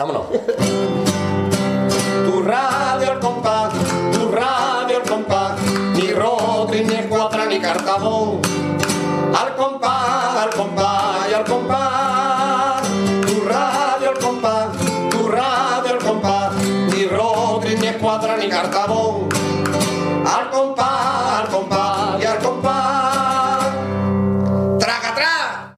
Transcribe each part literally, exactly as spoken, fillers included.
Vámonos. Tu radio al compás, tu radio al compás, ni Rodri, ni Escuadra, ni Cartabón. Al compás, al compás y al compás. Tu radio al compás, tu radio al compás, ni Rodri, ni Escuadra, ni Cartabón. Al compás, al compás y al compás. ¡Traga, traga!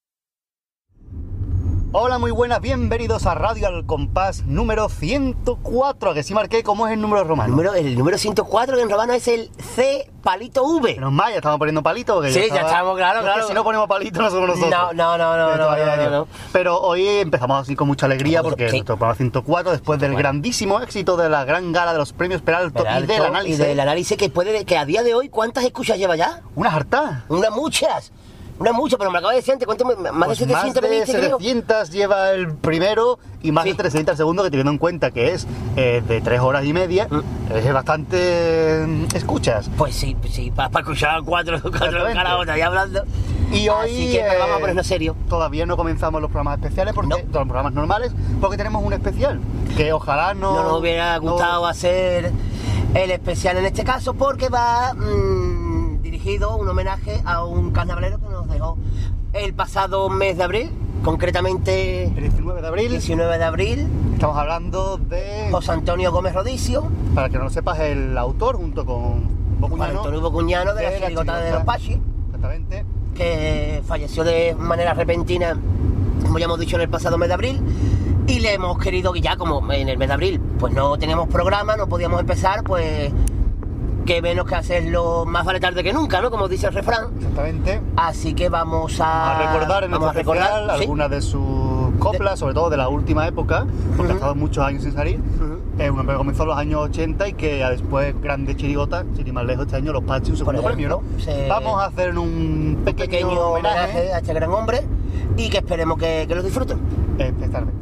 Hola, muy buenas, bienvenidos a Radio Al Compás número ciento cuatro. ¿A que sí marqué cómo es el número romano? El número, el número ciento cuatro, que en romano es el C palito V. Menos mal, ya estamos poniendo palitos. Porque Sí, ya, ya estaba... estamos, claro, es claro. Que si no ponemos palitos no somos nosotros. No, no, no, no, no, no, no, no. Pero hoy empezamos así con mucha alegría porque Sí. nuestro programa ciento cuatro, después del Bueno. grandísimo éxito de la gran gala de los premios Peralto, Peralto, y del análisis. Y del análisis que puede, que a día de hoy, ¿cuántas escuchas lleva ya? Unas hartas. Unas muchas. Unas muchas, pero me acaba de decir antes, ¿cuánto? Más Pues de setecientos, más me de dijiste, creo. setecientos lleva el primero y más Sí. de trescientos el segundo, que teniendo en cuenta que es eh, de tres horas y media, Mm. es bastante eh, escuchas. Pues sí, sí, para escuchar cuatro, cuatro Exactamente. carabotas ya hablando. Y hoy Así que pero vamos a ponernos serio. todavía no comenzamos los programas especiales, porque No. los programas normales, porque tenemos un especial, que ojalá no... No nos hubiera gustado no- hacer el especial en este caso, porque va mmm, dirigido un homenaje a un carnavalero que nos dejó el pasado mes de abril, concretamente El diecinueve de abril, diecinueve de abril, estamos hablando de... José Antonio Gómez Rodicio, Para que no lo sepas, el autor, junto con Juan Bocuñano, Antonio Bocuñano de la chirigota de los Pachi, Exactamente. que falleció de manera repentina, como ya hemos dicho, en el pasado mes de abril. Y le hemos querido, que ya como en el mes de abril pues no teníamos programa, no podíamos empezar, pues que menos que hacerlo más vale tarde que nunca, ¿no? Como dice el refrán. Exactamente. Así que vamos a, A recordar en vamos nuestro a recordar, especial ¿sí? algunas de sus coplas, sobre todo de la última época, porque ha Ujú. estado muchos años sin salir. Ujú. Es un hombre que comenzó en los años ochenta y que ya después, grande chirigota, sin ir más lejos, este año los Pachi, un segundo Por premio, ejemplo, ¿no? se- Vamos a hacer un pequeño, Pequeño homenaje a este gran hombre y que esperemos que, que lo disfruten. Especialmente.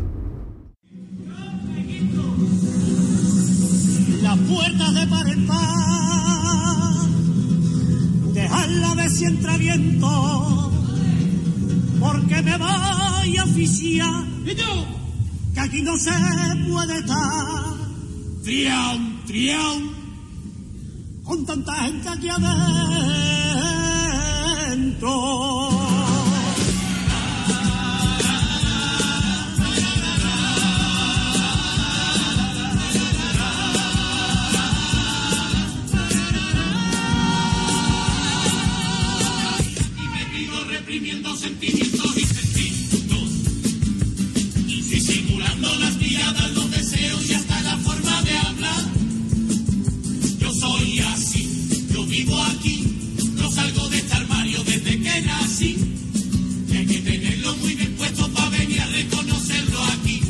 Las puertas de par en par, dejarla ver si entra viento, porque me voy a oficiar, que aquí no se puede estar, trión, trión, con tanta gente aquí adentro. Reprimiendo sentimientos y sentimientos y disimulando las miradas, los deseos y hasta la forma de hablar. Yo soy así, yo vivo aquí, no salgo de este armario desde que nací. Y hay que tenerlo muy bien puesto para venir a reconocerlo aquí.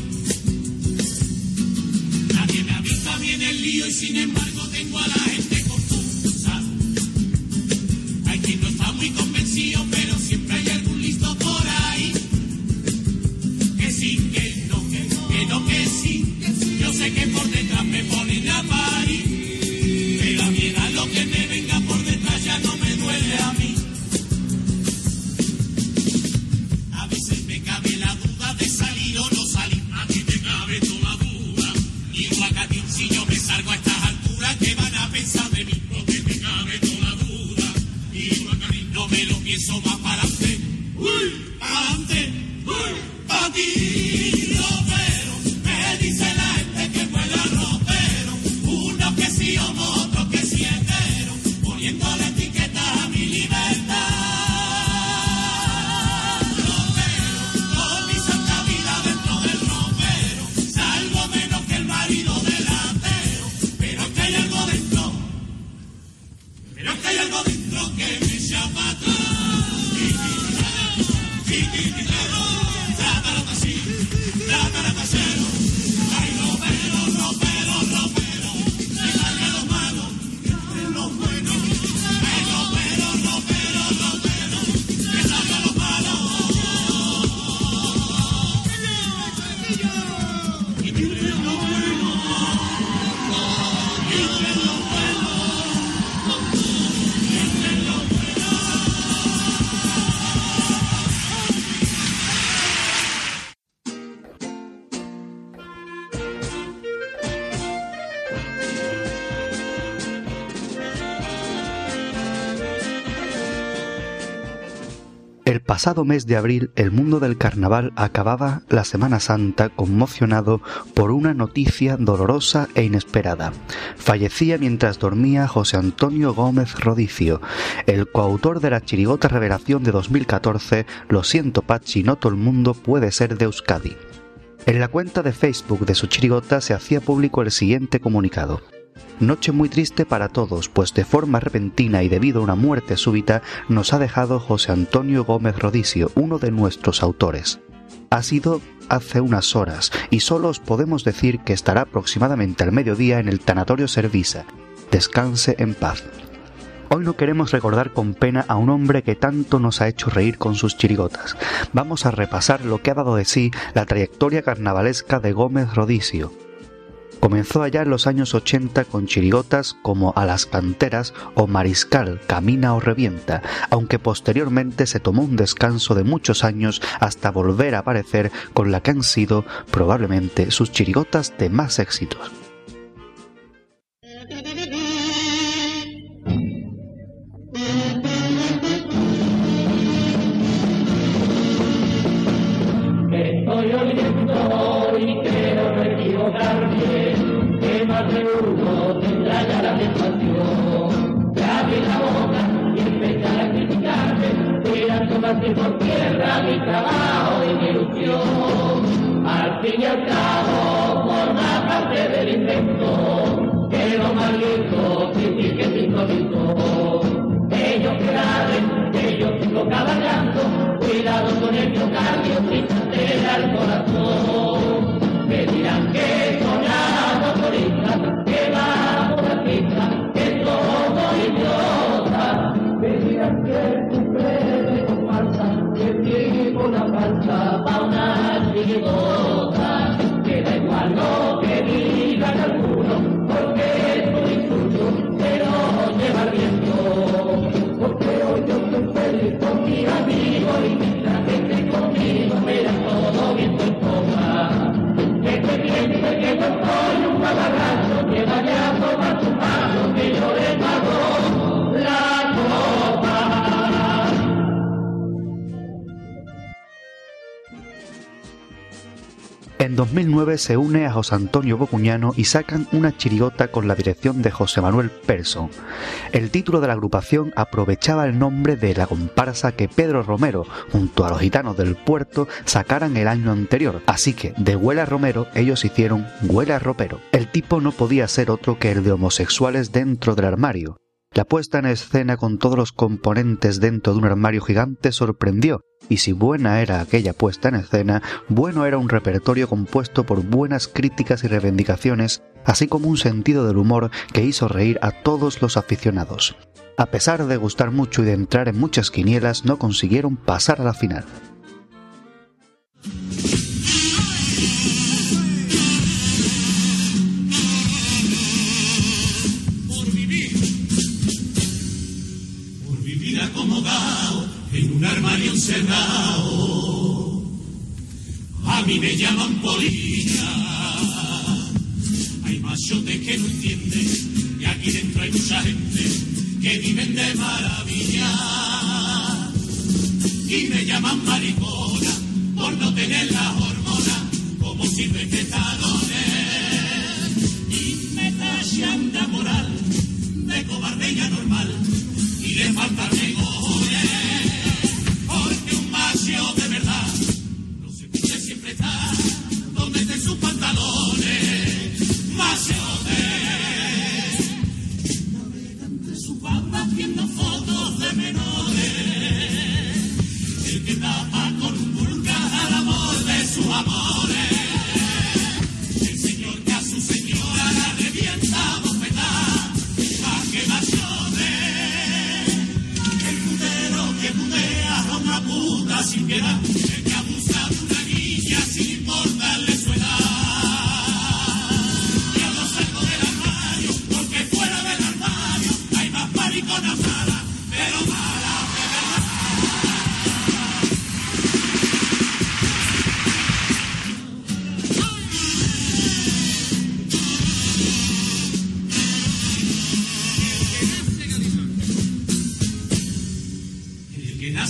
Nadie me ha visto a mí en el lío y sin embargo tengo a la gente confusa. Hay quien no está muy convencido, pero siempre hay algún listo por ahí. Que sí, que no, que no, que no, que sí. Yo sé que por detrás me ponen a parir, pero a mí da lo que me venga por detrás ya no me duele a mí. A veces me cabe la duda de salir o no salir. A ti te cabe toda duda. Y guacatín, si yo me salgo a estas alturas, ¿qué van a pensar de mí? Porque te cabe toda duda. Y guacatín, no me lo pienso más para adelante. Uy, para adelante. Uy, para ti. Ropero, me dice la gente que vuela ropero. Unos que sí homo, otros que sí hetero, poniendo la etiqueta a mi libertad. Ropero, con mi santa vida dentro del ropero, salgo menos que el marido delantero. Pero es que hay algo dentro, pero es que hay algo dentro que me echa para atrás. Y El pasado mes de abril, el mundo del carnaval acababa la Semana Santa conmocionado por una noticia dolorosa e inesperada. Fallecía mientras dormía José Antonio Gómez Rodicio, el coautor de la chirigota revelación de dos mil catorce, Lo siento Pachi, no todo el mundo puede ser de Euskadi. En la cuenta de Facebook de su chirigota se hacía público el siguiente comunicado. Noche muy triste para todos, pues de forma repentina y debido a una muerte súbita nos ha dejado José Antonio Gómez Rodicio, uno de nuestros autores. Ha sido hace unas horas y solo os podemos decir que estará aproximadamente al mediodía en el Tanatorio Servisa. Descanse en paz. Hoy no queremos recordar con pena a un hombre que tanto nos ha hecho reír con sus chirigotas. Vamos a repasar lo que ha dado de sí la trayectoria carnavalesca de Gómez Rodicio. Comenzó allá en los años ochenta con chirigotas como A las canteras o Mariscal, Camina o Revienta, aunque posteriormente se tomó un descanso de muchos años hasta volver a aparecer con la que han sido probablemente sus chirigotas de más éxitos. Estoy oyendo y quiero equivocarme, que más de uno tendrá ya la tentación de abrir la boca y empezar a criticarme, tirando más que por tierra mi trabajo y mi ilusión. Al fin y al cabo, forma parte del invento, que lo más lindo critique sin solito. Ellos graben, ellos sigo caballando, cuidado con el miocardio, tristeza al corazón. Me dirán que son las motoristas, que vamos a pista, que somos idiotas. Me dirán que el cumple con falsa, que tengo una falsa pa' una chirigota. Que da igual lo que digan algunos, porque es un insulto, pero lleva el viento. Porque hoy yo estoy feliz con mi amigo y mientras que esté conmigo me da todo viento en popa. Que se piense que yo soy un babarrazo, que vaya a tomar su mano, que yo le pago la copa. En dos mil nueve se une a José Antonio Bocuñano y sacan una chirigota con la dirección de José Manuel Persson. El título de la agrupación aprovechaba el nombre de la comparsa que Pedro Romero, junto a los gitanos del puerto, sacaran el año anterior, así que de Huela Romero ellos hicieron Huela Ropero. El tipo no podía ser otro que el de homosexuales dentro del armario. La puesta en escena con todos los componentes dentro de un armario gigante sorprendió, y si buena era aquella puesta en escena, bueno era un repertorio compuesto por buenas críticas y reivindicaciones, así como un sentido del humor que hizo reír a todos los aficionados. A pesar de gustar mucho y de entrar en muchas quinielas, no consiguieron pasar a la final. Acomodado en un armario encerrado, a mí me llaman polilla. Hay machotes que no entienden y aquí dentro hay mucha gente que viven de maravilla y me llaman maricona por no tener las hormonas como sirven de talones y me tachan de moral, de cobardía normal y le falta rigores, porque un macho de verdad no se puede siempre estar donde estén sus pantalones. Macho de navega entre sus bandas viendo fotos de menores, el que tapa con un vulgar al amor de sus amores,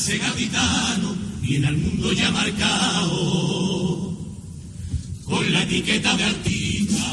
nace gaditano, viene al mundo ya marcado con la etiqueta de artista.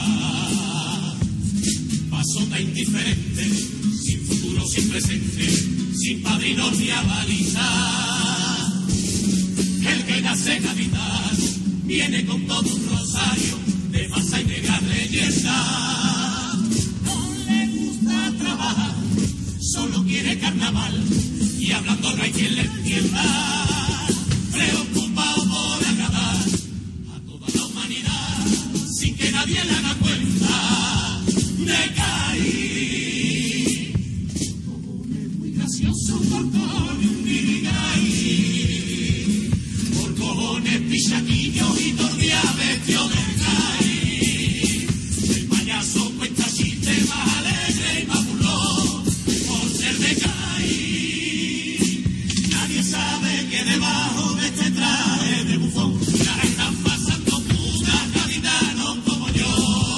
Pasota indiferente, sin futuro, sin presente, sin padrinos ni avaliza. El que nace gaditano viene con todo un rosario de masa y negra leyenda. No le gusta trabajar, solo quiere carnaval y hablando no hay quien le entienda. Preocupado por agradar a toda la humanidad sin que nadie le haga cuenta. Me caí, cojones muy gracioso, por cojones un virgay, por cojones pichaquillos y tordía vestido de gay. El payaso cuenta chistes más alegre y más burlón por ser de gay. Nadie sabe que debajo de este traje de bufón ya están pasando putas gaditanos como yo.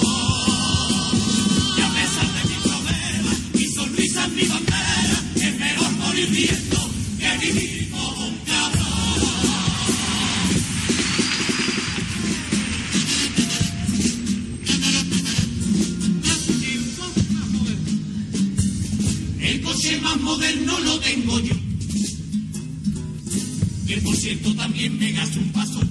Y a pesar de mis problemas, mi sonrisa es mi bandera, es mejor morir riendo que vivir como un cabrón. El coche más moderno lo tengo yo, que por cierto también me gasto un paso.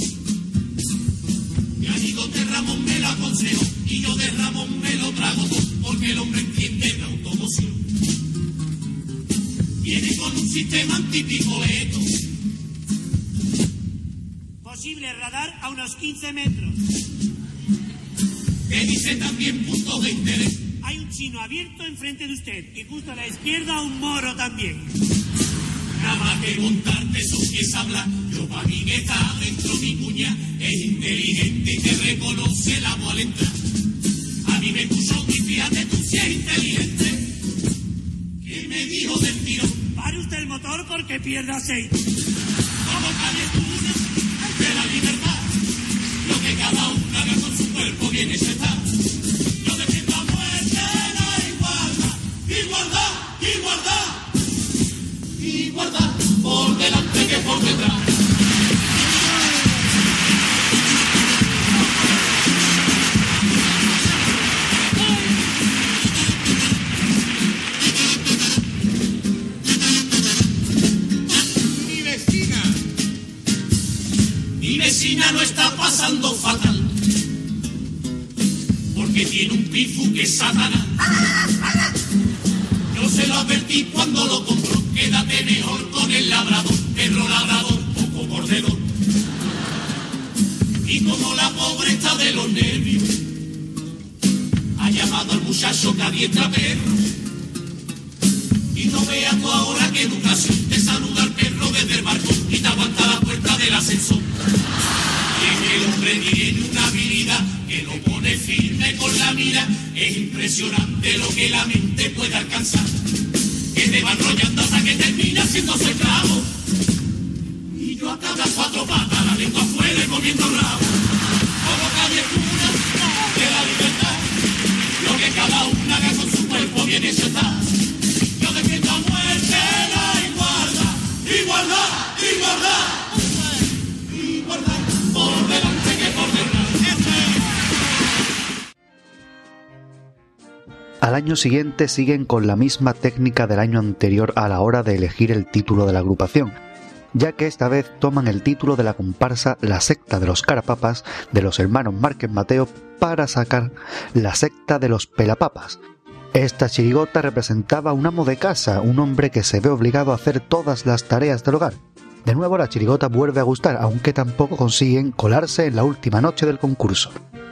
Mi amigo de Ramón me lo aconsejó y yo de Ramón me lo trago todo, porque el hombre entiende de automoción. Viene con un sistema antipicoleto, Posible radar a unos quince metros. que dice también puntos de interés. Hay un chino abierto enfrente de usted y justo a la izquierda un moro también. Nada más que contarte eso que es hablar. Yo pa' mí que está dentro mi cuña, es inteligente y te reconoce la voz al entrar. A mí me puso y fíjate tú si es inteligente. ¿Qué me dijo del tiro? Pare usted el motor porque pierde aceite. Como calentura de la libertad, lo que cada uno haga con su cuerpo bien hecho está. Yo defiendo a muerte la igualdad, igualdad, igualdad, igualdad, por delante que por detrás. Mi vecina, Mi vecina lo está pasando fatal, porque tiene un pifu que es satanás. Yo se lo advertí cuando lo compró, quédate mejor con el labrador, perro labrador, poco mordedor. Y como la pobre está de los nervios, ha llamado al muchacho que adiestra perro. Y no veas tú ahora qué educación, te saluda al perro desde el balcón y te aguanta la puerta del ascensor. Y es que el hombre tiene una habilidad que lo pone firme con la mira. Es impresionante lo que la mente puede alcanzar, que te va enrollando hasta que termina siendo su esclavo. Y yo a cada cuatro patas, la lengua afuera y moviendo el rabo, como calentura de la libertad. Lo que cada uno haga con su cuerpo bien hecho está. Yo defiendo a muerte la igualdad, igualdad, igualdad, igualdad, por delante que por detrás. Al año siguiente siguen con la misma técnica del año anterior a la hora de elegir el título de la agrupación, ya que esta vez toman el título de la comparsa La Secta de los Carapapas de los hermanos Márquez Mateo para sacar La Secta de los Pelapapas. Esta chirigota representaba a un amo de casa, un hombre que se ve obligado a hacer todas las tareas del hogar. De nuevo la chirigota vuelve a gustar, aunque tampoco consiguen colarse en la última noche del concurso.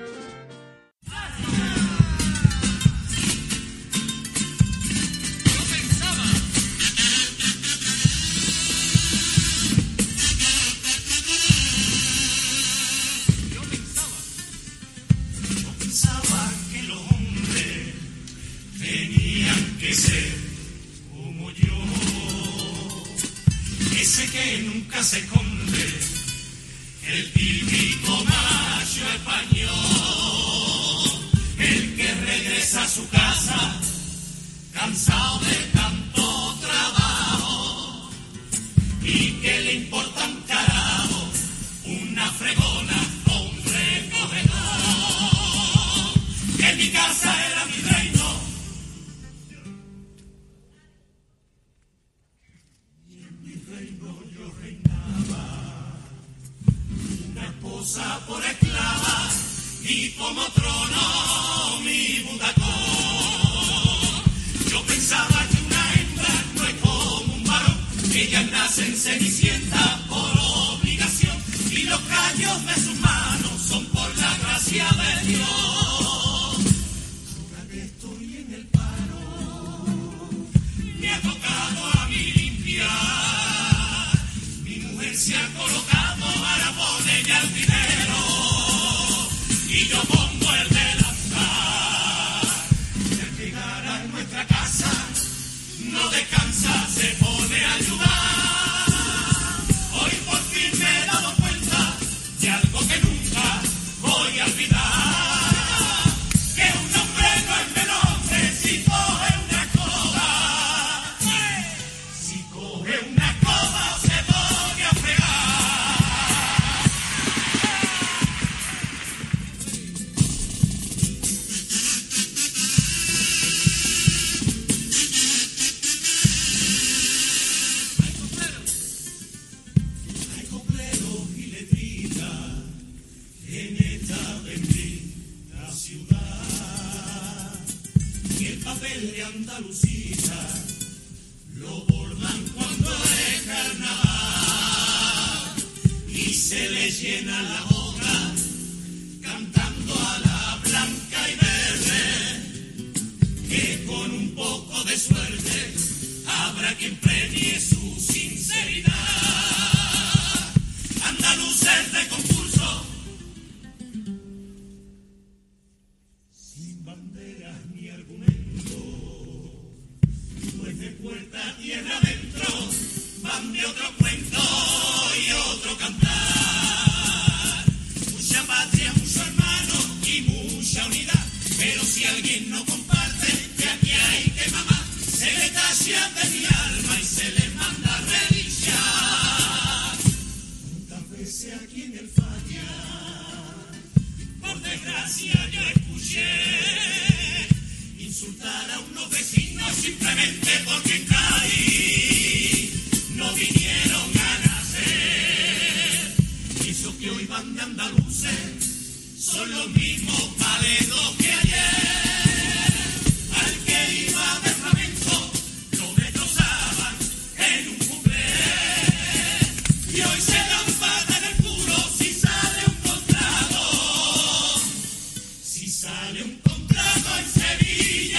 Nunca se esconde, el típico macho español, el que regresa a su casa cansado de tanto trabajo y como trono mi butacón. Yo pensaba que una hembra no es como un varón, ellas nacen cenicienta por obligación y los callos de sus manos son por la gracia de Dios. Ahora que estoy en el paro, me ha tocado a mí limpiar. Mi mujer se ha colocado para poner ya el dinero y yo pongo el delantal. Y al llegar a nuestra casa no descansa, se pone a ayudar. Hoy por fin me he dado cuenta de algo que nunca voy a olvidar, que un hombre no es menor si coge una coba, si coge una coba se pone a fregar. Hay copleros y letritas en esta bendita ciudad, y el papel de Andalucía lo bordan cuando es carnaval y se le llena la boca cantando a la blanca y verde, que con un poco de suerte habrá quien premie su sinceridad. Andaluces de concurso, sin banderas ni argumentos, pues de puerta a tierra adentro van de otro cuento y otro cantar. Mucha patria, mucho hermano y mucha unidad, pero si alguien no comparte, de aquí hay que mamar, se le tacha de mi alma y se le manda a relinchar. Tantas veces aquí en el falla, por desgracia yo escuché insultar a unos vecinos simplemente porque en Cádiz no vinieron a nacer. Y esos que hoy van de andaluces son los mismos paledos que ayer. Al que iba de flamenco lo destrozaban en un cuplé, y hoy se dan pata en el culo si sale un contrato, si sale un contrato en Sevilla.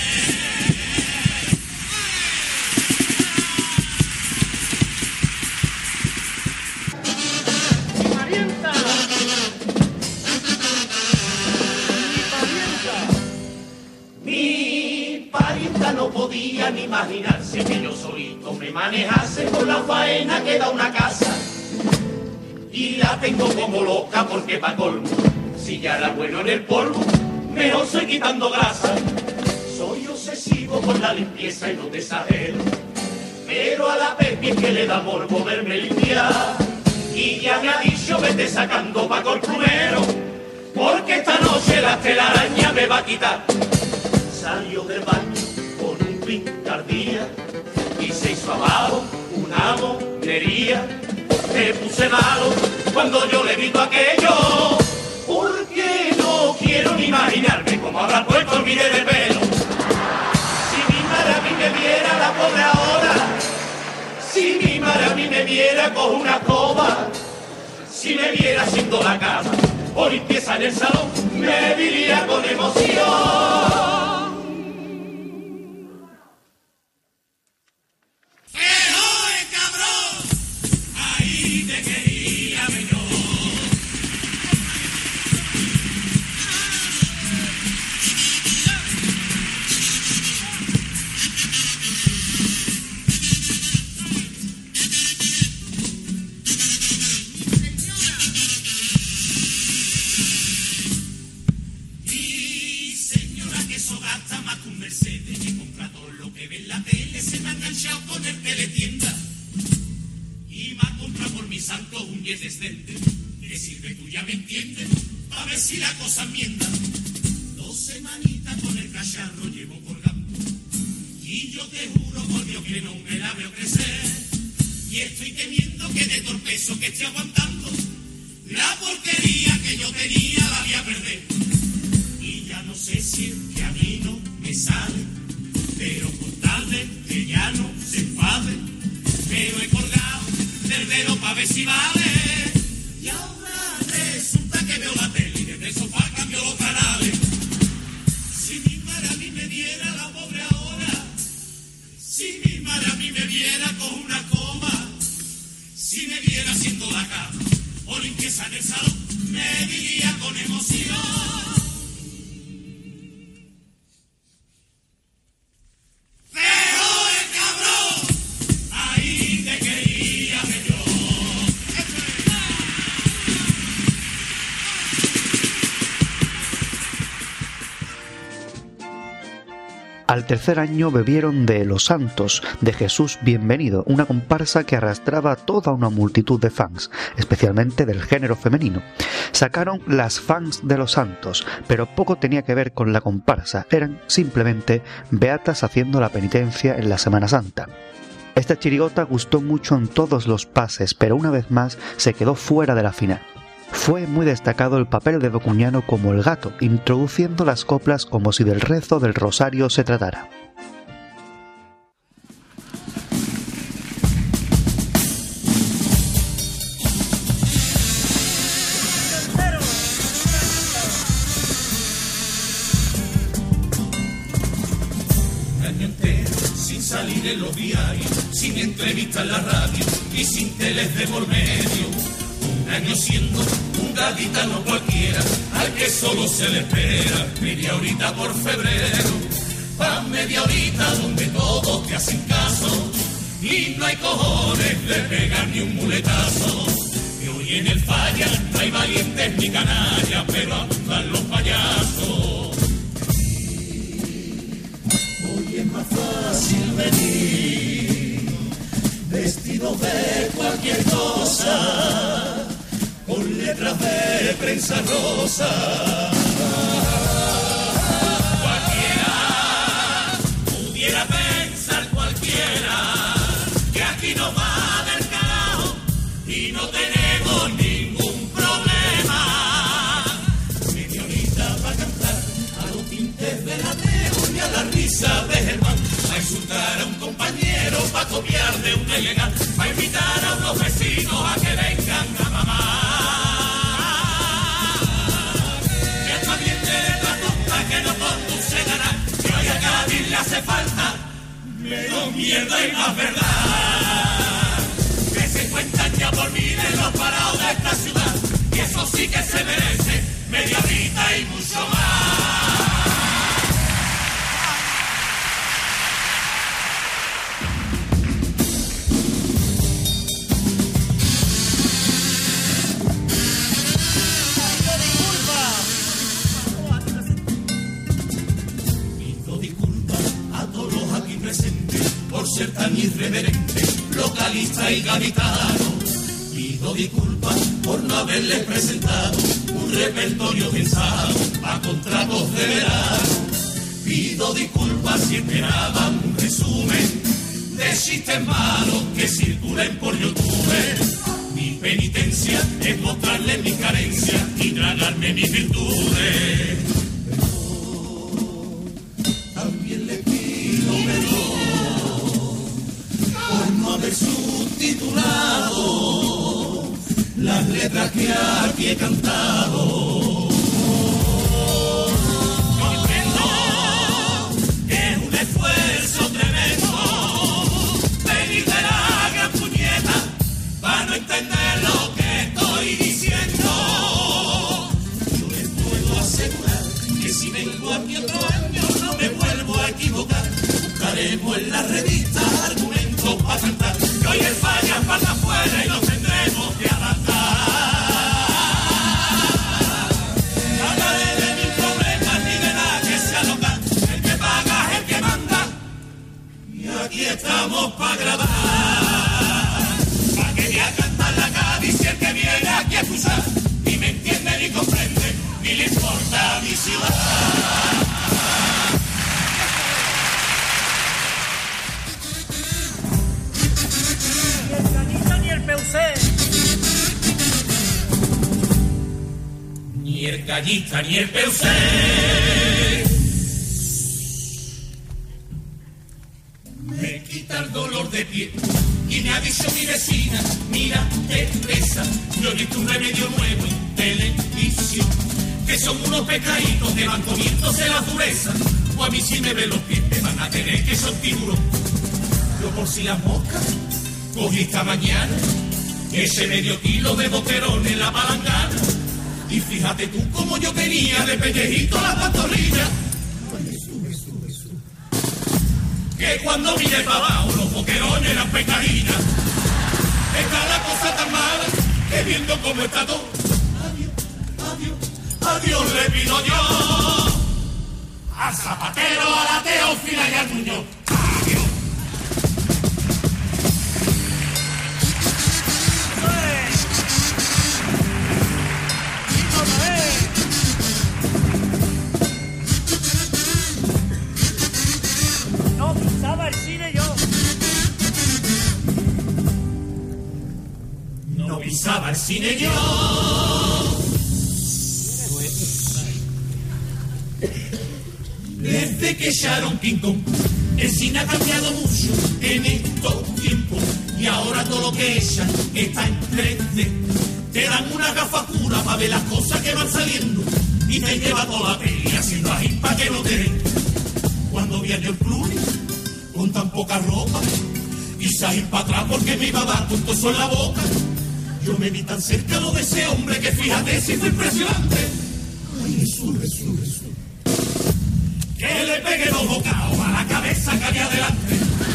Mi parienta no podía ni imaginarse que yo solito me manejase con la faena que da una casa. Y la tengo como loca porque pa' colmo, si ya era bueno en el polvo, mejor soy quitando grasa. Soy obsesivo con la limpieza y no te exagero, pero a la vez bien que le da morbo verme limpiar. Y ya me ha dicho vete sacando pa' colplumero, porque esta noche la telaraña me va a quitar. Salió del baño con un picardía y se hizo abajo una monería. Me puse malo cuando yo le vi todo aquello, porque no quiero ni imaginarme cómo habrá puesto el mire de pelo. Si mi madre a mí me viera la pobre ahora, si mi madre a mí me viera con una escoba, si me viera haciendo la cama o limpieza en el salón, me diría con emoción. Que sirve tú ya me entiendes, a ver si la cosa enmienda. Dos semanitas con el cacharro llevo colgando, y yo te juro por Dios que no me la veo crecer. Y estoy temiendo que de torpezo que estoy aguantando, la porquería que yo tenía la voy a perder. decir que a mí no me sale, pero con tal de que ya no se enfade, me lo he colgado del dedo pa' ver si vale. Y ahora resulta que veo la tele y desde el sofá cambio los canales. Si mi madre a mí me diera la pobre ahora, si mi madre a mí me viera con una coma, si me viera haciendo la cama o limpieza en el salón, me diría con emoción: ¡pero el cabrón! Ahí te quería ver yo. Al tercer año bebieron de Los Santos, de Jesús Bienvenido, una comparsa que arrastraba toda una multitud de fans, especialmente del género femenino. Sacaron Las Fans de Los Santos, pero poco tenía que ver con la comparsa, eran simplemente beatas haciendo la penitencia en la Semana Santa. Esta chirigota gustó mucho en todos los pases, pero una vez más se quedó fuera de la final. Fue muy destacado el papel de Bocuñano como el gato, introduciendo las coplas como si del rezo del rosario se tratara. Un año entero sin salir en los diarios, sin entrevistas en la radio y sin teles de por medio. Un año siendo un gaditano cualquiera, al que solo se le espera media horita por febrero. Pa' media horita donde todos te hacen caso y no hay cojones de pegar ni un muletazo. Que hoy en el falla no hay valientes ni canallas, pero abundan los payasos. Hoy es más fácil venir vestido de cualquier cosa, con letras de prensa rosa. Cualquiera pudiera pensar, cualquiera, que aquí no va del carajo y no tenemos ningún problema. Media horita para cantar a los tintes de la Teo y a la risa de Germán, a insultar a un compañero, para copiar de una ilegal, para invitar a unos vecinos a que vengan a mamar. Le hace falta menos mierda y más verdad, que se cuentan ya por mí de los parados de esta ciudad, y eso sí que se merece media horita y mucho más. Por ser tan irreverente, localista y gaditano, pido disculpas por no haberles presentado un repertorio pensado a contratos de verano. Pido disculpas si esperaban un resumen de chistes malos que circulen por YouTube. Mi penitencia es mostrarles mis carencias y tragarme mis virtudes. Pero también les pido perdón por no haber subtitulado las letras que aquí he cantado. Comprendo que es un esfuerzo tremendo venir de la gran puñeta para no entender lo que estoy diciendo. Yo les puedo asegurar que si vengo aquí otro año no me vuelvo a equivocar. Buscaremos en la revista argumentos para cantar, que hoy el falla falta afuera y nos tendremos que adaptar. No hablaré de mis problemas ni de nada que sea local, el que paga es el que manda, y aquí estamos para grabar, para que ya cantar la Cádiz y el que viene aquí a escuchar, ni me entiende ni comprende, ni le importa mi ciudad. Ni el Callista ni el Peucé de pie. Y me ha dicho mi vecina, mira, te pesa, yo he visto un remedio nuevo en televisión, que son unos pescaditos que van comiéndose la dureza, o a mí si me ven los pies me van a tener que son tiburón. Yo por si las moscas, cogí esta mañana ese medio kilo de boquerón en la palangana, y fíjate tú como yo tenía de pellejito las pantorrillas. Que cuando vine para abajo los boquerones eran pescadillas. Está la cosa tan mala que viendo cómo está todo, adiós, adiós, adiós le pido yo al zapatero, a la Teófila y al Muñoz. Adiós. No pisaba el cine yo. No pisaba el cine yo. Desde que echaron King Kong, el cine ha cambiado mucho en estos tiempos. Y ahora todo lo que echan está en tres D. Te dan una gafacura para ver las cosas que van saliendo, y te lleva toda la peli haciendo ají para que no te den. Cuando vi a George Clooney con tan poca ropa, quise ir para atrás porque me iba a dar con todo eso en la boca. Yo me vi tan cercano de ese hombre que fíjate si fue impresionante. Ay, Jesús, Jesús, Jesús. Que le pegué dos bocados a la cabeza que había delante.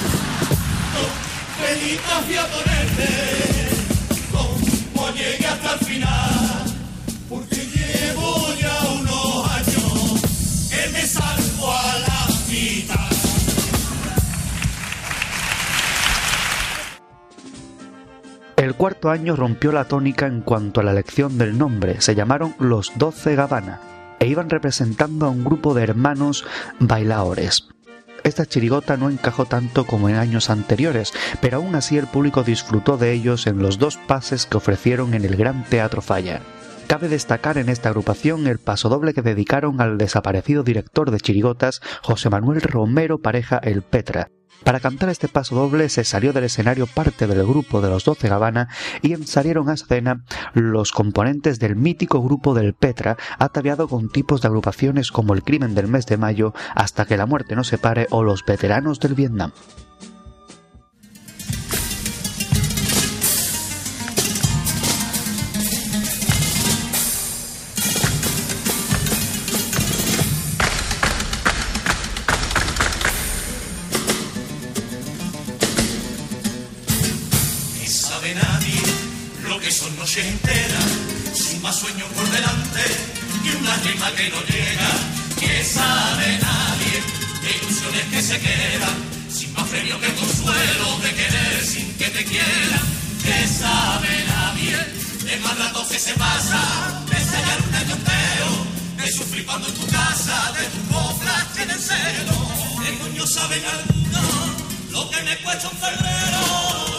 Dos pelitas fui a ponerte, como llegué hasta el final, porque llevo ya unos años que me salgo a la mitad. El cuarto año rompió la tónica en cuanto a la elección del nombre. Se llamaron Los Doce Gavana e iban representando a un grupo de hermanos bailaores. Esta chirigota no encajó tanto como en años anteriores, pero aún así el público disfrutó de ellos en los dos pases que ofrecieron en el Gran Teatro Falla. Cabe destacar en esta agrupación el pasodoble que dedicaron al desaparecido director de chirigotas José Manuel Romero Pareja el Petra. Para cantar este pasodoble se salió del escenario parte del grupo de los Doce Gavana y salieron a escena los componentes del mítico grupo del Petra, ataviado con tipos de agrupaciones como el Crimen del Mes de Mayo, Hasta que la muerte nos separe o los Veteranos del Vietnam. Son noches enteras, sin más sueños por delante, y una rima que no llega, que sabe nadie, de ilusiones que se quedan, sin más premio que consuelo de querer sin que te quieran, que sabe nadie, de más rato que se pasa, de ensayar un año entero, de sufrir cuando en tu casa, de tus coplas tienen cero, de coño saben algunos lo que me cuesta un febrero.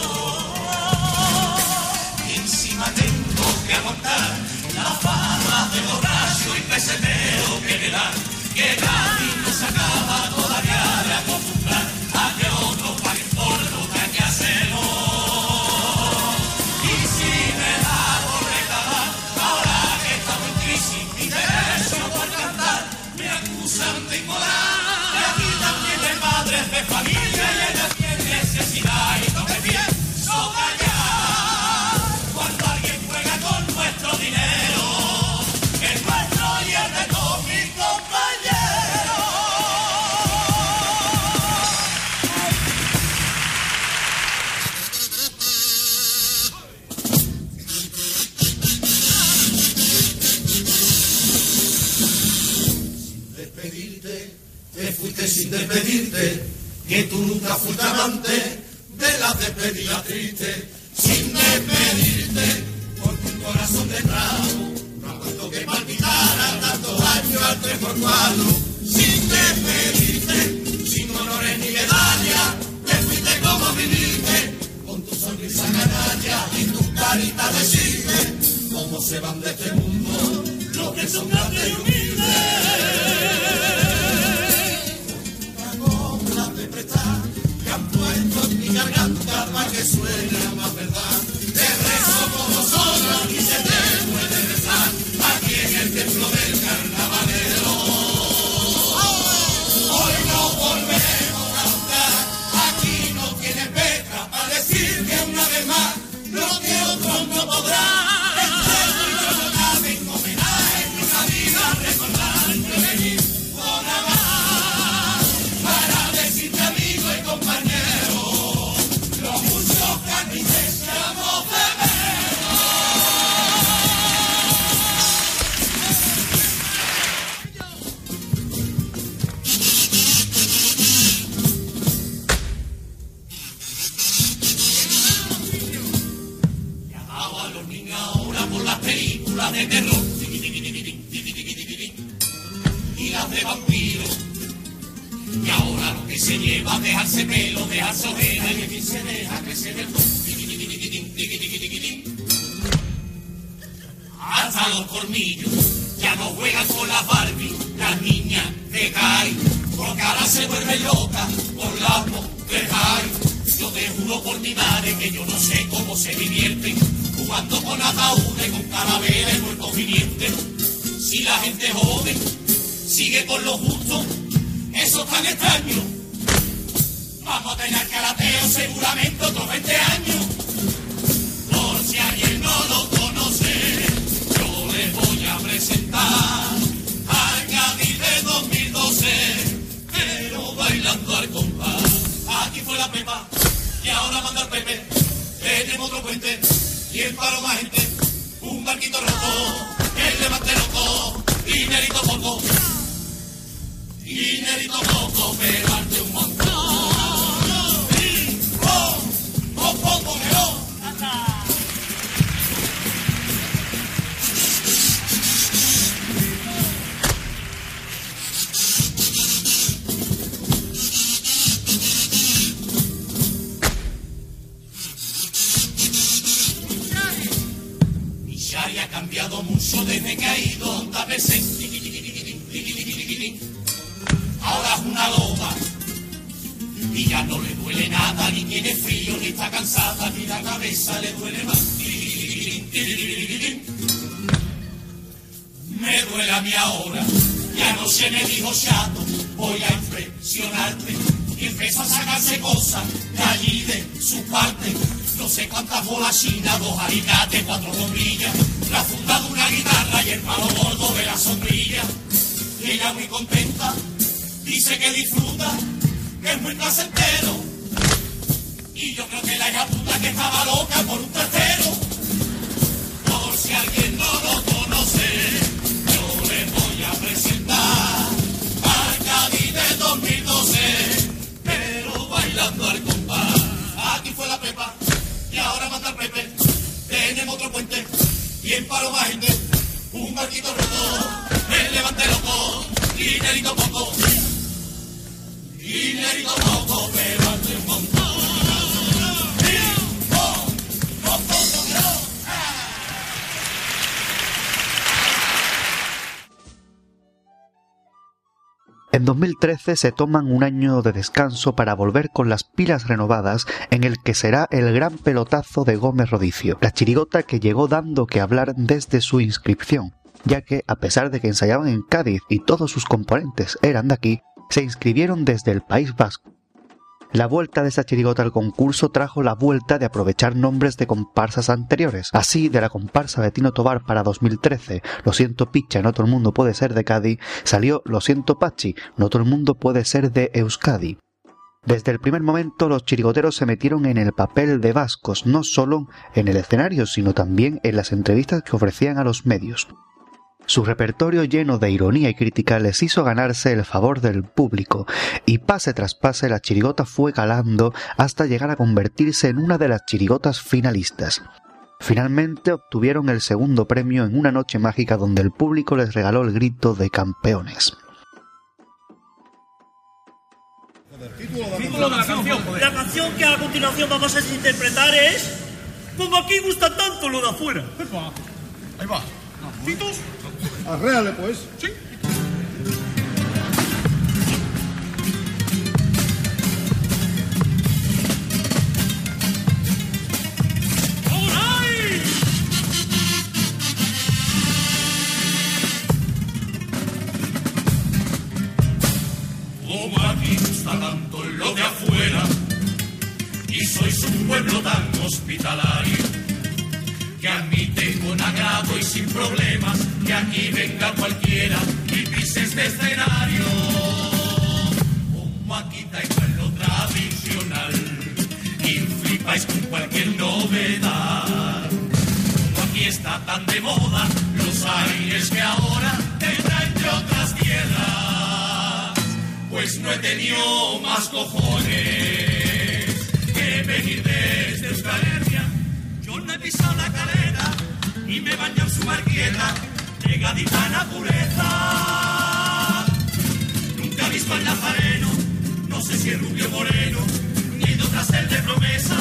Tengo que aguantar las barras de borracho y pesetero que me dan, que Cádiz no se acaba todavía de acostumbrar a que otros paguen por lo que hay que hacerlo. Y si me da por reclamar, ahora que estamos en crisis, mi derecho por cantar, me acusan de inmoral, y aquí también hay madres de familia y ella tiene necesidad y no me pienso callar. Sin despedirte, que tú nunca fuiste amante de la despedida triste, sin despedirte, porque un corazón de bravo no aguantó que palpitara tantos años al tres por cuatro, sin despedirte, sin honores ni medallas, te fuiste como viniste, con tu sonrisa canalla y tus caritas de cisne, cómo se van de este mundo los que son grandes y humildes. Que han puesto en mi garganta y las de vampiro. Y ahora lo que se lleva es dejarse pelo, dejarse oreja y aquí se deja crecer el hasta los cornillos. Ya no juegan con las Barbie, las niñas de Kai, porque ahora se vuelve loca por la de High. Yo te juro por mi madre que yo no sé cómo se divierten jugando con ataúdes, con calaveras y muertos vivientes. Si la gente joven sigue con lo justo, eso es tan extraño. Vamos a tener carateo seguramente otros veinte años. Por si alguien no lo conoce, yo les voy a presentar al Cádiz de dos mil doce, pero bailando al compás. Aquí fue la Pepa y ahora manda el Pepe. Tenemos otro puente y el paro más gente. Un barquito roto, el levante loco, dinerito poco, dinerito poco, pero ante un montón. Y oh, oh, poco, pero ha cambiado mucho desde que ha ido tantas veces. Ahora es una loba y ya no le duele nada, ni tiene frío, ni está cansada, ni la cabeza le duele más. Me duele a mí ahora, ya no se me dijo chato, voy a impresionarte. Y empezó a sacarse cosas de allí de su parte. No sé cuántas bolas chinas, dos alicates, cuatro bombillas, la funda de una guitarra y el palo gordo de la sombrilla. Y ella muy contenta, dice que disfruta, que es muy placentero. Y yo creo que la hija puta que estaba loca por un tercero. Por si alguien no lo conoce, yo le voy a presentar al Cádiz de dos mil doce, pero bailando al compás. Aquí fue la Pepa y ahora manda el Pepe. Tenemos otro puente y en paro más gente. Un barquito roto, el levante loco, dinerito poco, dinerito poco, pero ante un montón. Y oh, oh, oh, oh, En dos mil trece se toman un año de descanso para volver con las pilas renovadas en el que será el gran pelotazo de Gómez Rodicio, la chirigota que llegó dando que hablar desde su inscripción, ya que a pesar de que ensayaban en Cádiz y todos sus componentes eran de aquí, se inscribieron desde el País Vasco. La vuelta de esa chirigota al concurso trajo la vuelta de aprovechar nombres de comparsas anteriores. Así, de la comparsa de Tino Tobar para dos mil trece, Lo siento Picha, no todo el mundo puede ser de Cádiz, salió Lo siento Pachi, no todo el mundo puede ser de Euskadi. Desde el primer momento los chirigoteros se metieron en el papel de vascos, no solo en el escenario, sino también en las entrevistas que ofrecían a los medios. Su repertorio lleno de ironía y crítica les hizo ganarse el favor del público, y pase tras pase la chirigota fue calando hasta llegar a convertirse en una de las chirigotas finalistas. Finalmente obtuvieron el segundo premio en una noche mágica donde el público les regaló el grito de campeones. Título de la canción, joder. La canción que a continuación vamos a interpretar es Como aquí gusta tanto lo de afuera. Ahí va. ¿Titos? Arréale, pues. Sí. Como aquí gusta tanto lo de afuera y sois un pueblo tan hospitalario que admite con agrado y sin problemas que aquí venga cualquiera y pise este escenario. Como aquí da igual lo tradicional y flipáis con cualquier novedad. Como aquí está tan de moda los aires que ahora tendrán de otras tierras, pues no he tenido más cojones que venir desde Euskal Herria. Yo no he pisado la calera y me baño en su barquieta de gaditana pureza. si es rubio moreno, yendo tras el de promesa.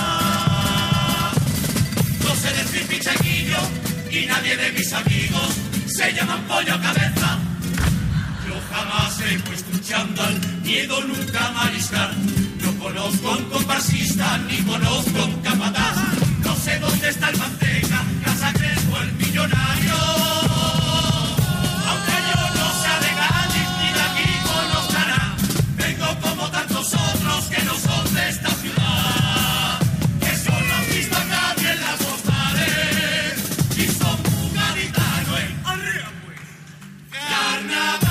No sé decir pichaquillo y nadie de mis amigos se llaman pollo cabeza. Yo jamás he puesto un chándal, miedo nunca a mariscar. No conozco a un comparsista ni conozco a un capataz. No sé dónde está el manteca, Casa Crespo, el millonario. Aunque yo no sea de Cádiz ni de aquí conocerá, vengo como tantos otros que no son de esta ciudad, que solo han visto a nadie en las postales y son muy gaditanos en arriba pues carnavales.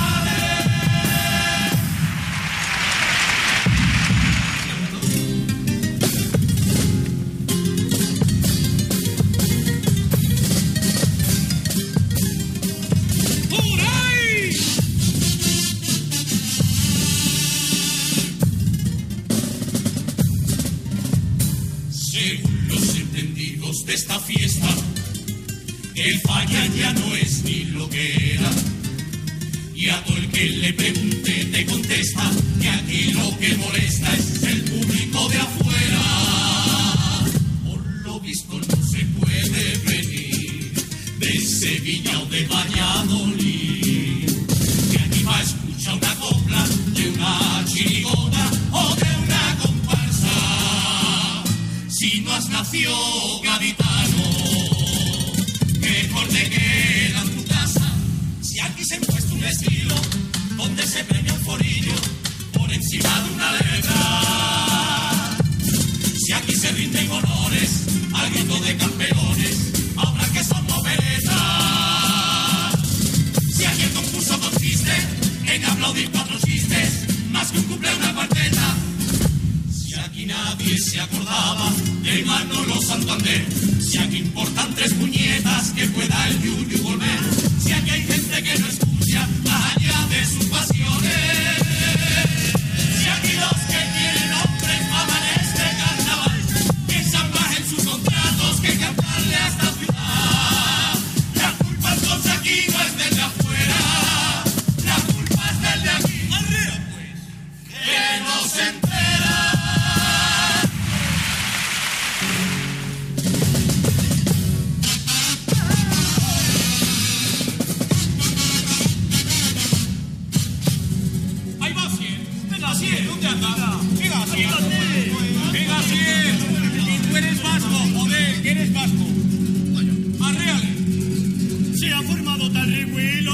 De esta fiesta, el falla ya no es ni lo que era, y a todo el que le pregunte te contesta que aquí lo que molesta es el público de afuera. Por lo visto no se puede venir de Sevilla o de Valladolid, que aquí va a escuchar una copla de una chirigota o de una comparsa. Si no has nacido gaditano, mejor te queda en tu casa. Si aquí se ha puesto un estilo donde se premia un forillo por encima de una letra. Si aquí se rinden honores al grito de campeones, ahora que son noveletas. Si aquí el concurso consiste en aplaudir cuatro chistes, más que un cumple una cuarteta. Aquí nadie se acordaba de Manolo Santander. Si aquí importan tres puñetas que pueda el yuyu volver. Si aquí hay gente que no escucha más allá de sus pasiones. Si aquí los que tienen nombre fama en este carnaval piensan más en sus contratos que cantarle a esta ciudad. La culpa entonces aquí no es del de afuera, la culpa es del de aquí. Arriba pues, que no se entera. ¿Dónde anda? Venga, Asier. Venga, Asier. Y tú eres vasco, joder, que eres vasco. Arréale. Se ha formado tal revuelo.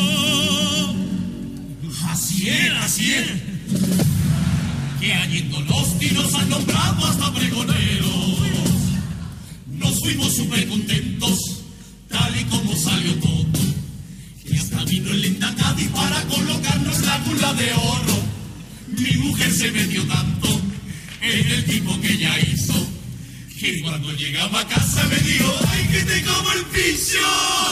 Asier, Asier. Que allí en Donosti nos han nombrado hasta pregoneros. Nos fuimos súper contentos, tal y como salió todo. Que hasta vino el Lenda Cádiz para colocarnos la cula de oro. Mi mujer se metió tanto en el tipo que ella hizo, que cuando llegaba a casa me dijo, ¡ay, que te como el piso!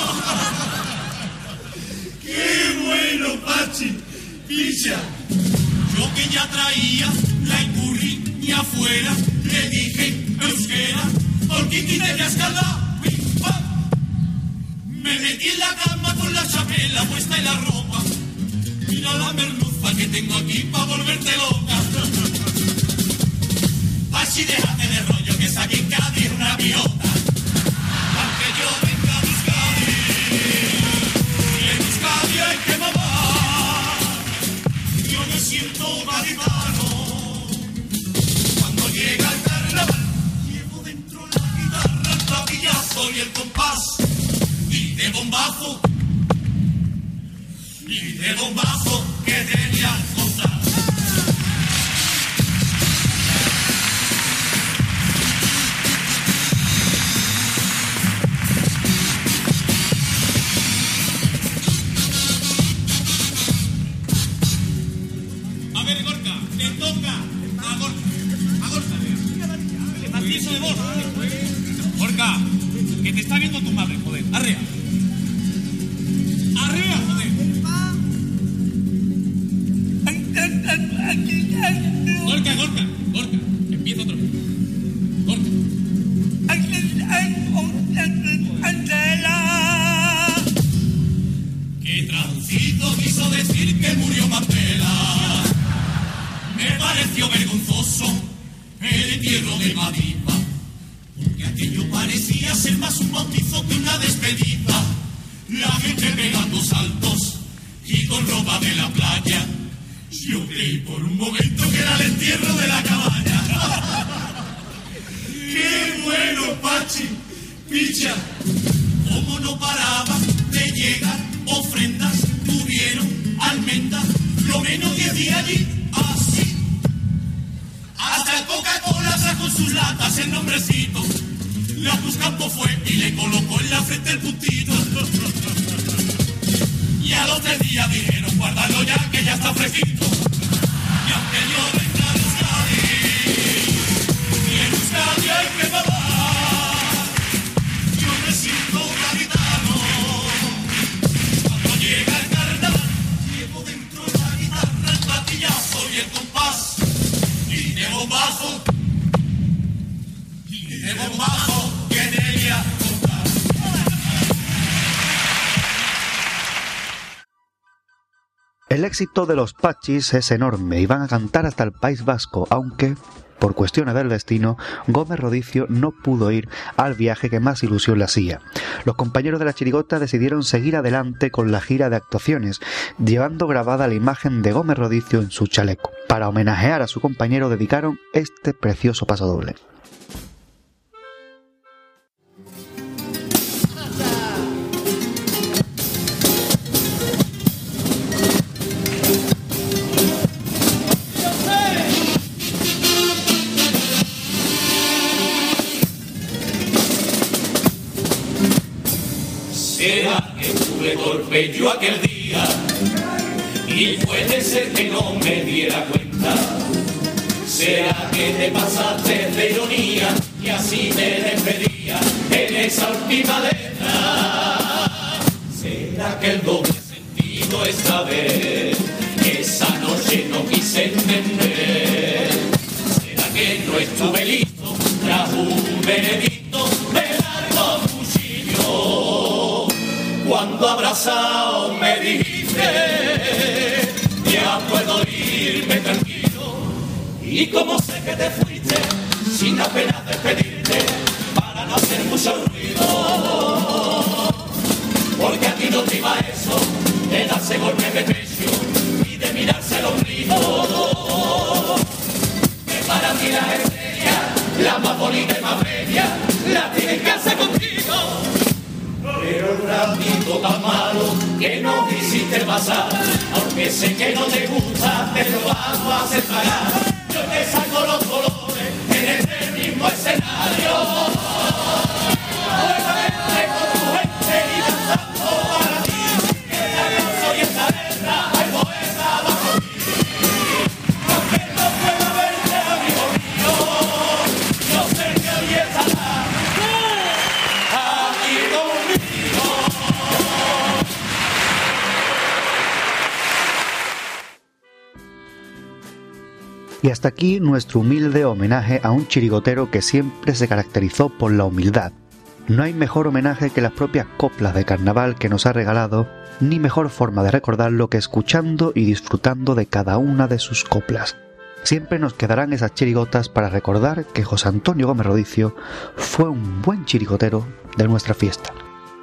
¡Qué bueno, Pachi! ¡Picha! Yo que ya traía la incurriña afuera, le dije, euskera, ¿por qué quité la escala? Me metí en la cama con la chapela puesta en la ropa. Mira la merluza que tengo aquí pa' volverte loca. Pachi, déjate de rollo que está aquí en Cádiz una biota. Aunque yo venga a Euskadi, y en Euskadi hay que mamar. Yo me siento gaditano. Cuando llega el carnaval, llevo dentro la guitarra, el clavillazo y el compás. Y de bombazo, y de bombazo que tenía contar. A ver, Gorka, te toca a Gorka. A Gorka. Levantís de voz. Gorka, que te está viendo tu madre, joder. Arrea. Arrea, joder. Gorka, Gorka, Gorka, empieza otra vez. Gorka. Que Traducito quiso decir que murió Mandela. Me pareció vergonzoso. de Madiba, porque aquello parecía ser más un bautizo que una despedida. La gente pegando saltos y con ropa de la playa. Yo creí por un momento que era el entierro de la cabaña. ¡Qué bueno, Pachi! Picha, cómo no paraban de llegar ofrendas, tuvieron almendras, lo menos diez días allí, así. Hasta el Coca-Cola trajo en sus latas el nombrecito. La Cruz Campo fue y le colocó en la frente el puntito. Y a los tres días dijeron, guárdalo ya, que ya está fresquito. Y aunque yo venga de Euskadi, y en Euskadi hay que pagar, yo me siento gaditano. Cuando llega el carnaval, llevo dentro la guitarra, el platillazo y el compás. Y de bombazo, y de bombazo, que debía contar. El éxito de los Pachis es enorme y van a cantar hasta el País Vasco, aunque, por cuestiones del destino, Gómez Rodicio no pudo ir al viaje que más ilusión le hacía. Los compañeros de la chirigota decidieron seguir adelante con la gira de actuaciones, llevando grabada la imagen de Gómez Rodicio en su chaleco. Para homenajear a su compañero dedicaron este precioso pasodoble. Será que estuve torpe yo aquel día y puede ser que no me diera cuenta. Será que te pasaste de ironía y así te despedía en esa última letra. Será que el doble sentido esta vez esa noche no quise entender. Será que no estuve listo tras un veredicto de largo cuchillo. Cuando abrazado me dijiste, ya puedo irme tranquilo. Y como sé que te fuiste, sin apenas despedirte, para no hacer mucho ruido. Porque aquí no te iba eso, de darse golpes de pecho y de mirarse al ombligo. Que para mí las estrellas, la más bonita y más bella, la tiene en casa contigo. Pero el ratito tan malo que no quisiste pasar, aunque sé que no te gusta, te lo vamos a hacer pagar. Yo te saco los colores en este mismo escenario. Nuevamente con tu gente y danzando para ti. Esta canción y esta letra, el poeta va por ti. Aunque no pueda verte, amigo mío, yo sé que hoy estarás aquí conmigo. Y hasta aquí nuestro humilde homenaje a un chirigotero que siempre se caracterizó por la humildad. No hay mejor homenaje que las propias coplas de carnaval que nos ha regalado, ni mejor forma de recordarlo que escuchando y disfrutando de cada una de sus coplas. Siempre nos quedarán esas chirigotas para recordar que José Antonio Gómez Rodicio fue un buen chirigotero de nuestra fiesta.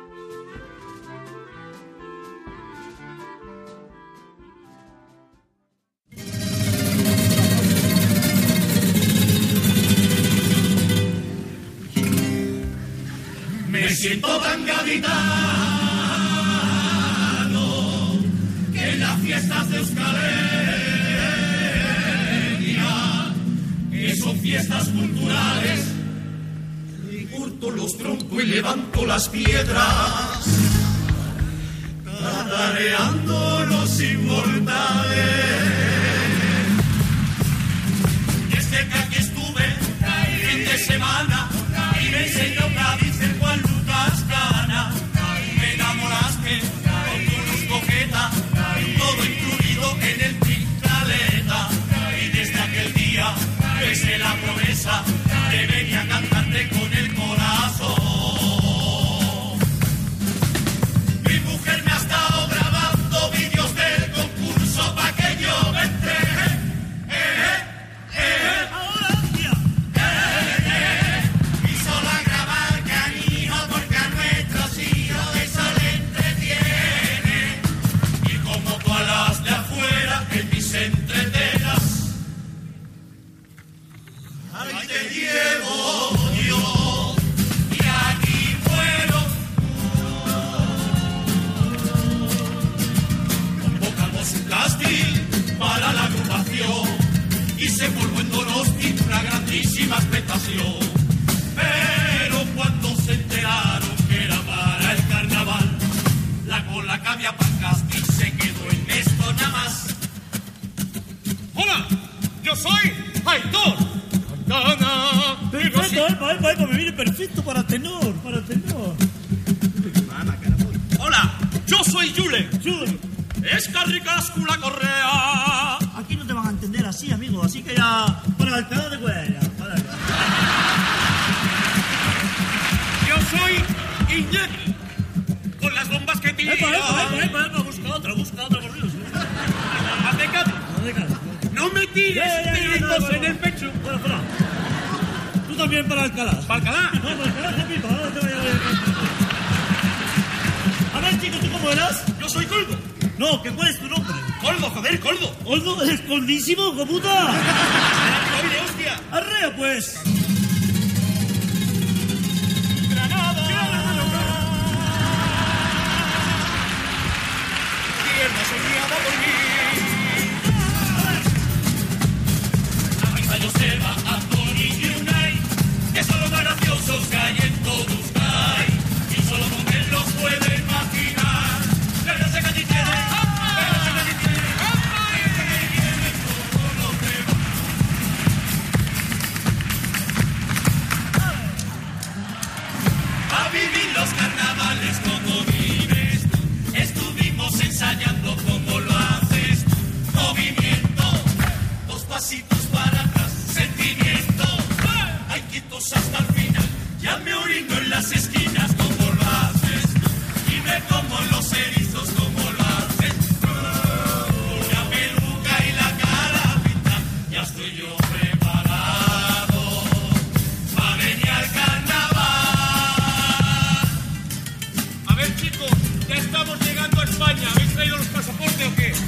Me siento tan gaditano que en las fiestas de Euskaleña, que son fiestas culturales, y curto los troncos y levanto las piedras, tatareando los inmortales. Desde que aquí estuve, fin de semana, y me enseñó Cádiz el Juan Lucas Cana. Me enamoraste con tu luz coqueta, todo incluido en el Pincaleta. Y desde aquel día, desde la promesa, que venía a cantarte con el corazón. Mi mujer me ha estado grabando vídeos del concurso. entretelas. Ahí te llevo yo y aquí muero. Convocamos un casting para la agrupación y se formó en Donosti una grandísima expectación. Pero cuando se enteraron que era para el carnaval, la cola que había para el casting se quedó en esto nada más. Hola, yo soy Aitor. Perfecto, Epa, Epa, Epa, me viene perfecto para tenor, para tenor. Hola, yo soy Julen. Julen. Es Carricáscula Correa. Aquí no te van a entender así, amigo, así que ya para el canal de huella. Yo soy Iñaki. Con las bombas que tira. Epa, epa, epa, epa, epa, busca otra, busca otra, por Dios. Hazte caso. No de cara. No me tires Ya, ya, ya, tiritos no, no, en no. el pecho. Fuera, fuera. Tú también para Alcalá. ¿Para Alcalá? No, para Alcalá, repito, ahora te voy a ver. A ver, chico, ¿tú cómo eras? Yo soy Coldo. No, ¿qué cuál es tu nombre? Coldo, joder, Coldo. Oldo, es coldísimo, coputa. Oye, hostia. Arrea, pues. Granada. Tierra soñada por mí. Arriba Joseba, Antoni y Unai, que son los más graciosos que hay en todo Euskadi. Y solo con él los puede imaginar. La gracia que tiene, la gracia que tiene, la gracia que tiene todos los demás. A vivir los carnavales como vives tú. Estuvimos ensayando como lo haces tú. Movimiento, dos pasitos para atrás, sentimiento. Hay quietos hasta el final, ya me orino en las esquinas como lo haces tú. Y me como los erizos como lo haces tú. Con la peluca y la cara pintada, ya estoy yo preparado para venir al carnaval. A ver, chicos, ya estamos llegando a España. ¿Habéis traído los pasaportes o qué?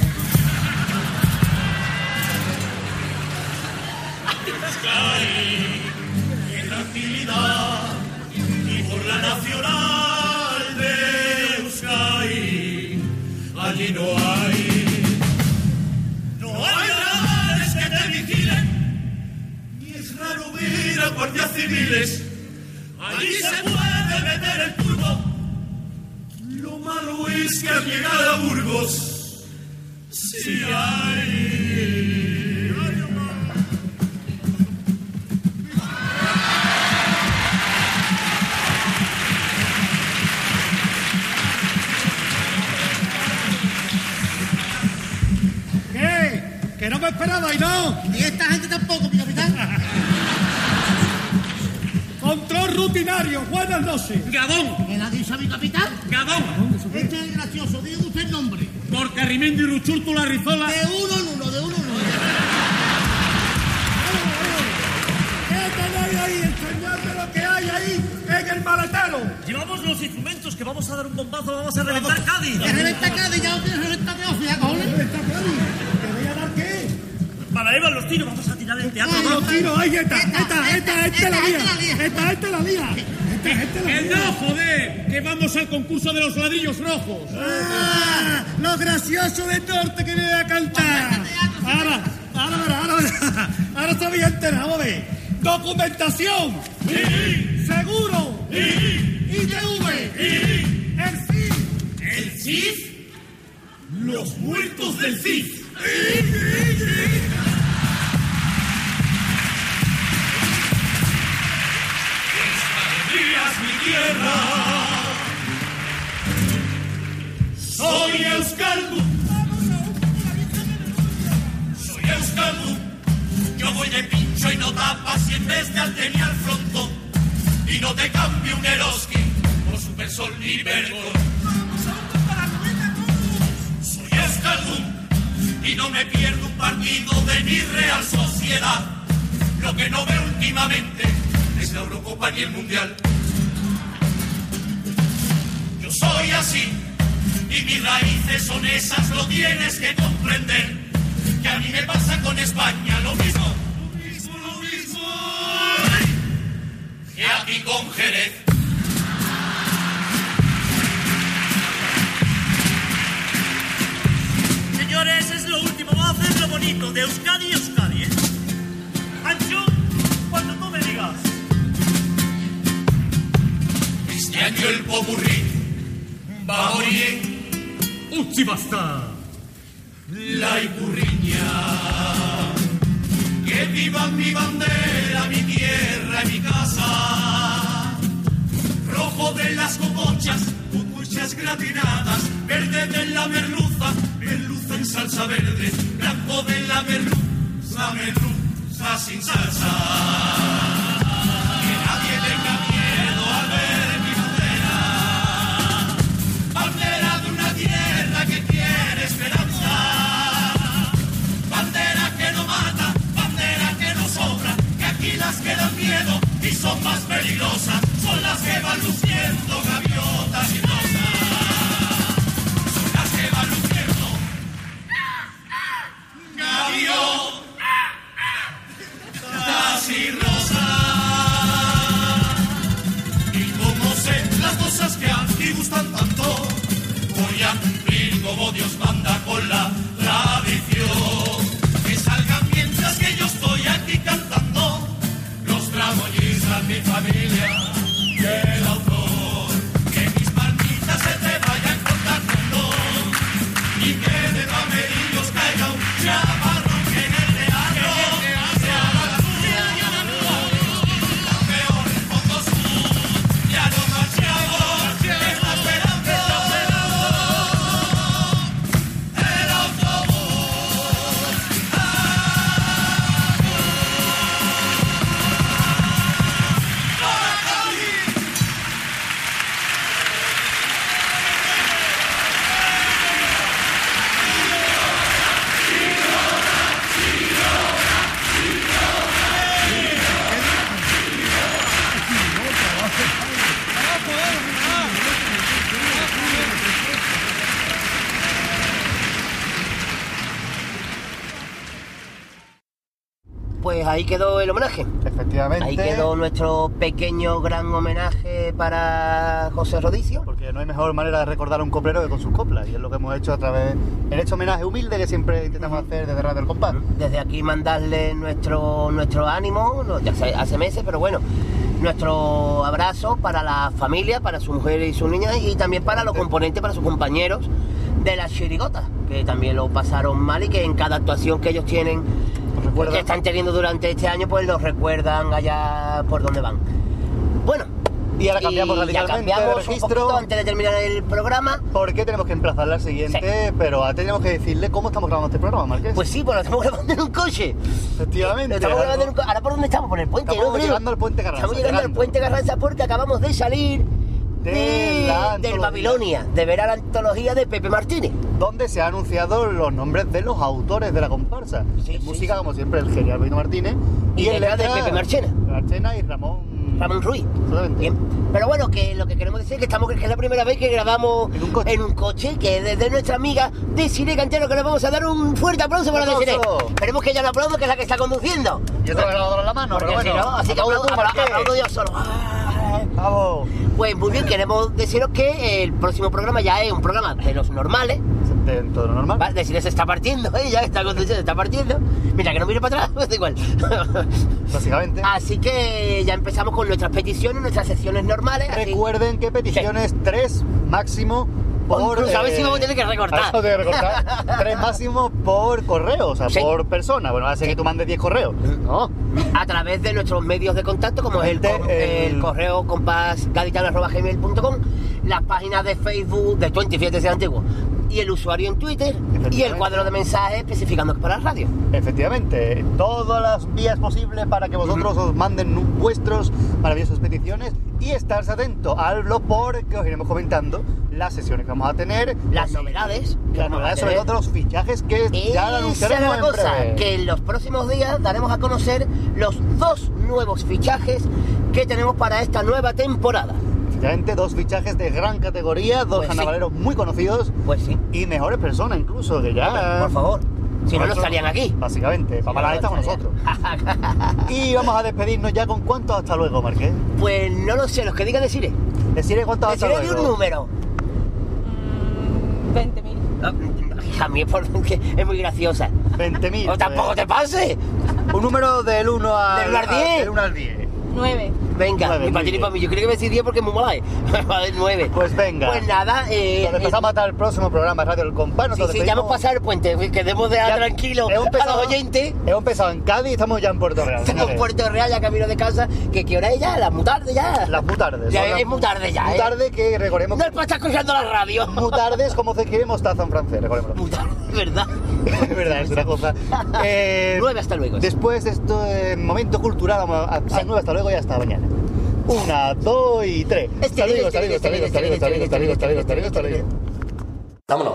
Sky, qué tranquilidad, y por la nacional de Euskadi, allí no hay, no hay radares que te vigilen, ni es raro ver a guardias civiles. Allí se puede meter el turbo. Lo malo es que al llegar a Burgos, sí hay. ¿Qué? ¿Que no me esperabais, no? Ni esta gente tampoco, mi capitán. Control rutinario, buenas noches. Gabón, ¿Qué le ha dicho a mi capitán? Gabón, Este es el gracioso, diga usted el nombre. por Carrimendi, Ruchurtu, la Rizola. De uno en uno, de uno en uno. ¿Qué tenéis ahí? Enseñadme lo que hay ahí en el maletero. Llevamos los instrumentos que vamos a dar un bombazo, vamos a reventar Cádiz. Que reventa Cádiz, ya lo tienes reventa Teófila, cojones. ¿Está claro? ¿Te voy a dar qué? Para Eva los tiros, vamos a tirar el teatro. Ay, Los tiros, ahí está, esta, esta, esta, esta la lía. esta la lía. Esta, esta la lía. Esta, esta la ¡Que lía. no, joder! ¡Que vamos al concurso de los ladrillos rojos! ¡Ah! Lo gracioso de Norte que viene a cantar. Ahora, ahora, ahora, ahora, ahora se había enterado, ¿ves? Documentación. Seguro. I T V. El C I F. ¿El C I F? ¡Los muertos del C I F! ¡Días, mi tierra! Soy Euskaldu. Soy Euskaldu. Yo voy de pincho y no tapas y en vez de al tenía al frontón. Y no te cambio un Eroski por Supersol ni Bergón. Soy Euskaldu y no me pierdo un partido de mi Real Sociedad. Lo que no veo últimamente es la Eurocopa ni el Mundial. Yo soy así y mis raíces son esas, lo tienes que comprender. Que a mí y con Jerez. Señores, es lo último. Vamos a hacer lo bonito de Euskadi y Euskadi, ¿eh? Ancho, cuando tú me digas. Este año el popurrí va a morir ¡Uchi basta! la ipurriña. Que viva mi bandera, mi tierra y mi casa. Rojo de las cocochas, cucuchas gratinadas. Verde de la merluza, merluza en salsa verde. Blanco de la merluza, merluza sin salsa. Que nadie tenga miedo al ver mi bandera. Bandera de una tierra que quiere esperanza. Bandera que no mata, bandera que no sobra. Que aquí las que dan miedo y son más peligrosas son las que van luciendo gaviotas y rosas. Son las que van luciendo gaviotas y rosas. Y como sé las cosas que aquí gustan tanto, voy a cumplir como Dios manda con la tradición. Que salgan mientras que yo estoy aquí cantando los tramoyistas, mi familia y el autor. Que mis manitas se te vayan contando y que de camelillos caiga un chaparrón que en el teatro sea la tuya y la mía. La peor del fondo sur, ya no marchamos, está esperando, está esperando el autobús. Pues ahí quedó el homenaje. Efectivamente. Ahí quedó nuestro pequeño gran homenaje para José Rodicio. Porque no hay mejor manera de recordar a un coplero que con sus coplas. Y es lo que hemos hecho a través en este homenaje humilde que siempre intentamos hacer desde Radio El Compás. Desde aquí mandarle nuestro, nuestro ánimo, no, ya hace, hace meses, pero bueno, nuestro abrazo para la familia, para su mujer y sus niñas y también para los componentes, para sus compañeros de la chirigota, que también lo pasaron mal y que en cada actuación que ellos tienen, que están teniendo durante este año, pues los recuerdan allá por donde van. Bueno, y ahora cambiamos y radicalmente ya cambiamos de registro. un poquito antes de terminar el programa. Porque tenemos que emplazarla al siguiente, Sí. pero ahora tenemos que decirle cómo estamos grabando este programa, Marqués. Pues sí, pues lo estamos grabando en un coche. Efectivamente. Lo estamos ahora- grabando en un co- Ahora, ¿por dónde estamos? Por el puente, Estamos ¿no, creo? llegando al puente Carranza, Estamos llegando, llegando. al puente Carranza porque acabamos de salir De de, la del antología. Babilonia, de ver a la antología de Pepe Martínez. donde se han anunciado los nombres de los autores de la comparsa. Sí, en sí, música, sí. como siempre, el genial Benito Martínez. Y en letra de letra, Pepe Marchena. Marchena y Ramón... Ramón Ruiz. Absolutamente. Bien. Pero bueno, que lo que queremos decir es que estamos, que es la primera vez que grabamos En un coche. en un coche, que desde nuestra amiga Desiree Cantero, que le vamos a dar un fuerte aplauso para ¡Un Desiree. aplauso! Esperemos que ella lo aplaude, que es la que está conduciendo. Yo tengo el grabador en la mano, Porque pero si bueno. no, así que aplaude aplaudo, tú, Marqués. aplaudo yo solo. Ah. Vamos. Pues muy bien, queremos deciros que el próximo programa ya es un programa de los normales. Dentro de lo normal. ¿Vale? Desiree se está partiendo, ella está conduciendo, se está partiendo. Mira, que no mire para atrás, pues da igual. Básicamente. Así que ya empezamos con nuestras peticiones, nuestras secciones normales. así- Recuerden que peticiones tres máximo por... Incluso a ver si vamos a tener que recortar. a eso de recortar. Tres máximo por correo, o sea, Sí. por persona. Bueno, va a ser que tú mandes diez correos. No. A través de nuestros medios de contacto, como es el, Gente, co- el- el correo compasgaditano arroba gmail punto com, las páginas de Facebook de Twenty, fíjate si es antiguo, y el usuario en Twitter, y el Efectivamente. cuadro de mensajes especificando que para la radio. Efectivamente, todas las vías posibles para que vosotros os manden nu- vuestros maravillosas peticiones y estaros atentos al blog porque os iremos comentando las sesiones que vamos a tener, Las novedades. que las vamos a novedades, sobre tener. todo los fichajes que ya lo Esa anunciaremos es la en cosa, breve. que en los próximos días daremos a conocer los dos nuevos fichajes que tenemos para esta nueva temporada. Efectivamente, dos fichajes de gran categoría, dos Pues sí. carnavaleros muy conocidos Pues sí. y mejores personas incluso, que ya... Por favor. Si no, no Nosotros, estarían aquí. Básicamente, para mala estamos nosotros. Y vamos a despedirnos ya con cuántos hasta luego, Marqués. Pues no lo sé, los que diga deciré. Deciré cuántos hasta Deciré luego. de un número. veinte mil. Ah, A mí es porque es muy graciosa. veinte mil. O tampoco te pase. Un número del uno al, Del uno al diez. Del uno al diez. nueve. Venga, Nueve, ni para muy ti ni bien. para mí. Yo creo que me decís diez porque es muy mala, ¿eh? Vale, nueve. Pues venga. Pues nada, eh. Nos empezamos hasta el próximo programa Radio El Compás. Sí, sí, ya hemos pasado el puente, quedemos de Ya- tranquilos hemos a empezado- los oyentes. Hemos empezado en Cádiz y estamos ya en Puerto Real. Estamos en señores. Puerto Real, ya camino de casa. ¿Que qué hora es ya? La muy tarde ya. Las muy tardes. Ya son es las- muy tarde ya, Muy ¿eh? tarde que recordemos. No es para estar escuchando la radio. Muy tarde es como se escribe mostaza en francés, recordemos. Muy tarde, ¿verdad? Es verdad, es una cosa. Eh, Nueve hasta luego. Después de este momento cultural, vamos a, a nueve hasta luego y hasta mañana. Una, dos y tres. Este, Hasta luego, este, hasta luego, este, hasta luego, este, hasta luego, hasta luego, este, hasta luego, hasta luego, este, hasta luego, hasta luego. Vámonos.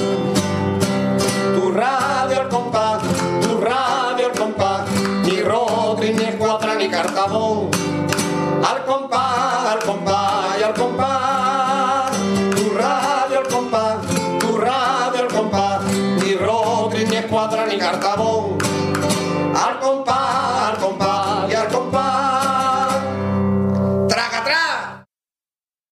Tu radio al compás, tu radio al compás, ni Rodri, ni Escuadra, ni Cartabón. Al compás, al compás y al compás. Tu radio al compás, tu radio al compás, ni Rodri, ni Escuadra, ni Cartabón.